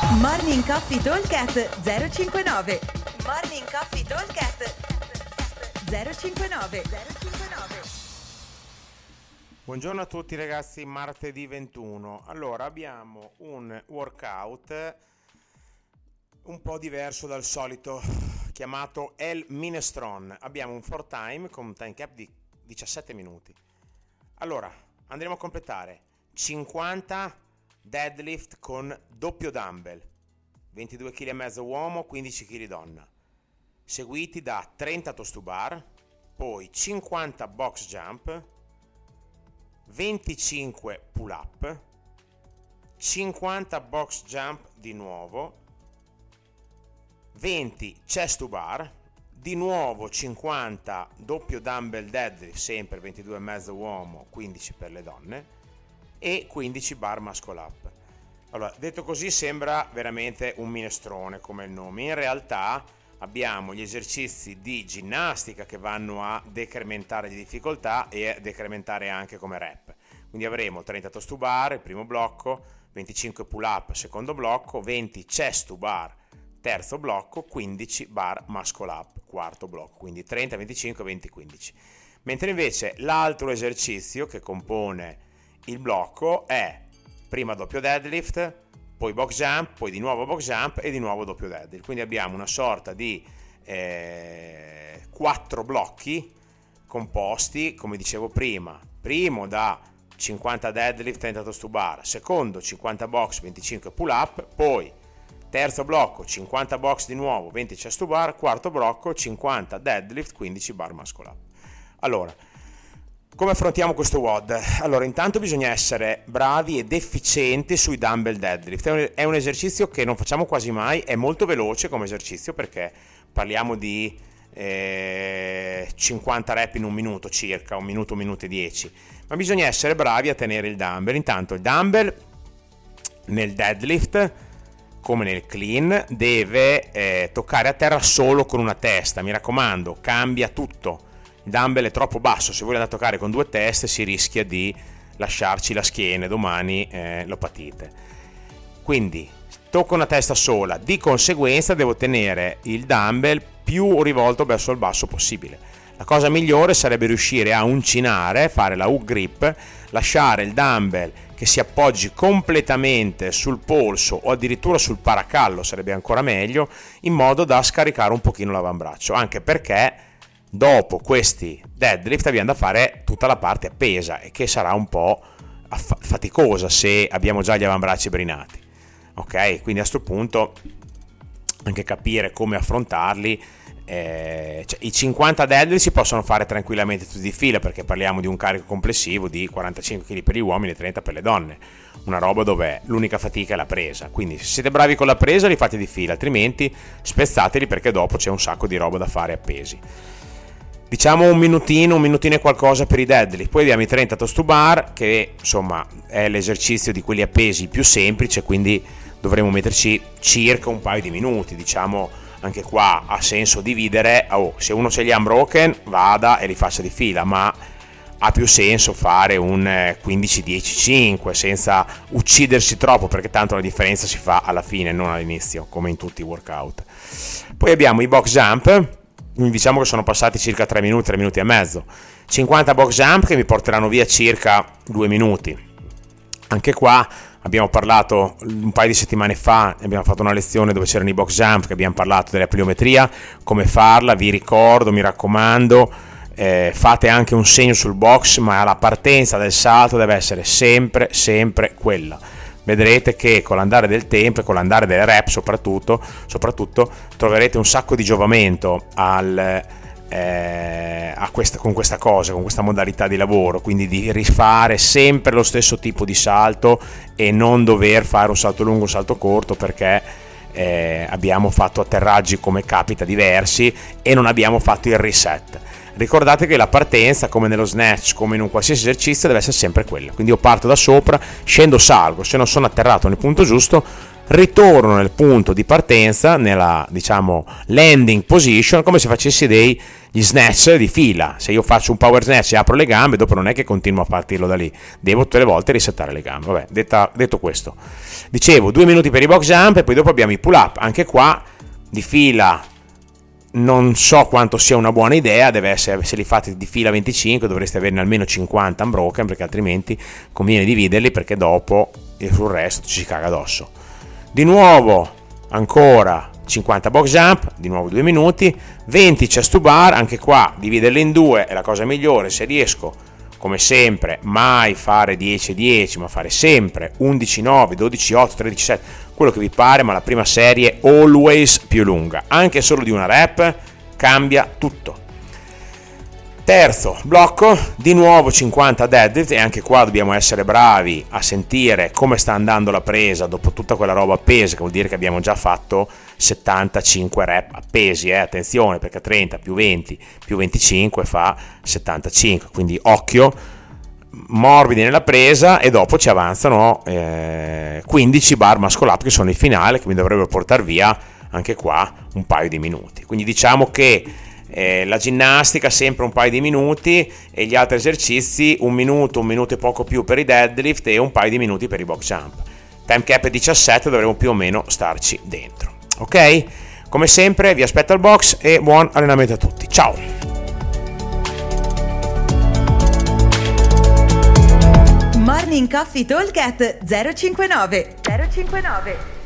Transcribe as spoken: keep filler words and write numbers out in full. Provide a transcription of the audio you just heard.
Morning Coffee Talkcast zero cinquantanove. Morning Coffee Talkcast zero cinquantanove. Buongiorno a tutti ragazzi, martedì ventuno. Allora abbiamo un workout un po' diverso dal solito, chiamato El Minestrone. Abbiamo un four time con un time cap di diciassette minuti. Allora andremo a completare cinquanta deadlift con doppio dumbbell, ventidue virgola cinque chili uomo, quindici chili donna, seguiti da trenta toast to bar, poi cinquanta box jump, venticinque pull up, cinquanta box jump di nuovo, venti chest to bar, di nuovo cinquanta doppio dumbbell deadlift, sempre ventidue virgola cinque uomo, quindici per le donne, e quindici bar muscle up. Allora, detto così sembra veramente un minestrone come il nome. In realtà abbiamo gli esercizi di ginnastica che vanno a decrementare di difficoltà e a decrementare anche come rep. Quindi avremo trenta toast to bar, il primo blocco, venticinque pull up, secondo blocco, venti chest to bar, terzo blocco, quindici bar muscle up, quarto blocco. Quindi trenta, venticinque, venti, quindici. Mentre invece l'altro esercizio che compone il blocco è prima doppio deadlift, poi box jump, poi di nuovo box jump e di nuovo doppio deadlift. Quindi abbiamo una sorta di eh, quattro blocchi composti, come dicevo prima, primo da cinquanta deadlift, trenta toast to bar, secondo cinquanta box, venticinque pull up, poi terzo blocco cinquanta box di nuovo, venti chest to bar, quarto blocco cinquanta deadlift, quindici bar muscle up. Allora, come affrontiamo questo W O D? Allora, intanto bisogna essere bravi ed efficienti sui dumbbell deadlift. È un, è un esercizio che non facciamo quasi mai, è molto veloce come esercizio perché parliamo di eh, cinquanta rep in un minuto circa, un minuto, un minuto e dieci. Ma bisogna essere bravi a tenere il dumbbell. Intanto il dumbbell nel deadlift, come nel clean, deve eh, toccare a terra solo con una testa. Mi raccomando, cambia tutto. Il dumbbell è troppo basso, se voi andate a toccare con due teste si rischia di lasciarci la schiena e domani eh, lo patite. Quindi tocco una testa sola, di conseguenza devo tenere il dumbbell più rivolto verso il basso possibile. La cosa migliore sarebbe riuscire a uncinare, fare la hook grip, lasciare il dumbbell che si appoggi completamente sul polso o addirittura sul paracallo, sarebbe ancora meglio, in modo da scaricare un pochino l'avambraccio, anche perché dopo questi deadlift abbiamo da fare tutta la parte appesa e che sarà un po' aff- faticosa se abbiamo già gli avambracci brinati. Ok, quindi a questo punto anche capire come affrontarli. Eh, cioè, i cinquanta deadlift si possono fare tranquillamente tutti di fila perché parliamo di un carico complessivo di quarantacinque chili per gli uomini e trenta per le donne, una roba dove l'unica fatica è la presa. Quindi se siete bravi con la presa li fate di fila, altrimenti spezzateli perché dopo c'è un sacco di roba da fare appesi. Diciamo un minutino, un minutino e qualcosa per i deadlift. Poi abbiamo i trenta toast to bar, che insomma è l'esercizio di quelli appesi più semplice, quindi dovremo metterci circa un paio di minuti. Diciamo anche qua ha senso dividere. Oh, se uno c'è gli unbroken vada e li faccia di fila, ma ha più senso fare un quindici dieci cinque senza uccidersi troppo, perché tanto la differenza si fa alla fine, non all'inizio, come in tutti i workout. Poi abbiamo i box jump. Diciamo che sono passati circa tre minuti, tre minuti e mezzo. cinquanta box jump che mi porteranno via circa due minuti. Anche qua abbiamo parlato un paio di settimane fa, abbiamo fatto una lezione dove c'erano i box jump, che abbiamo parlato della pliometria, come farla. Vi ricordo, mi raccomando, eh, fate anche un segno sul box, ma la partenza del salto deve essere sempre, sempre quella. Vedrete che con l'andare del tempo e con l'andare delle rep soprattutto, soprattutto troverete un sacco di giovamento al, eh, a questa, con questa cosa, con questa modalità di lavoro, quindi di rifare sempre lo stesso tipo di salto e non dover fare un salto lungo, un salto corto, perché eh, abbiamo fatto atterraggi, come capita, diversi e non abbiamo fatto il reset. Ricordate che la partenza, come nello snatch, come in un qualsiasi esercizio, deve essere sempre quella. Quindi io parto da sopra, scendo, salgo. Se non sono atterrato nel punto giusto, ritorno nel punto di partenza, nella diciamo landing position, come se facessi dei gli snatch di fila. Se io faccio un power snatch e apro le gambe, dopo non è che continuo a partirlo da lì, devo tutte le volte risettare le gambe. Vabbè, detta, detto questo, dicevo due minuti per i box jump e poi dopo abbiamo i pull up. Anche qua di fila non so quanto sia una buona idea, deve essere, se li fate di fila venticinque dovreste averne almeno cinquanta unbroken, perché altrimenti conviene dividerli, perché dopo sul resto ci si caga addosso. Di nuovo ancora cinquanta box jump, di nuovo due minuti, venti chest to bar, anche qua dividerli in due è la cosa migliore. Se riesco, come sempre, mai fare dieci dieci, ma fare sempre undici nove, dodici otto, tredici sette, quello che vi pare, ma la prima serie always più lunga, anche solo di una rep cambia tutto. Terzo blocco, di nuovo cinquanta deadlift, e anche qua dobbiamo essere bravi a sentire come sta andando la presa dopo tutta quella roba appesa, che vuol dire che abbiamo già fatto settantacinque rep appesi, eh? Attenzione, perché trenta più venti più venticinque fa settantacinque, quindi occhio, morbidi nella presa, e dopo ci avanzano eh, quindici bar muscle up, che sono il finale, che mi dovrebbero portare via anche qua un paio di minuti. Quindi diciamo che eh, la ginnastica sempre un paio di minuti, e gli altri esercizi un minuto, un minuto e poco più per i deadlift e un paio di minuti per i box jump. Time cap è diciassette, dovremo più o meno starci dentro. Ok? Come sempre vi aspetto al box e buon allenamento a tutti. Ciao! Morning Coffee Talk at zero cinquantanove zero cinquantanove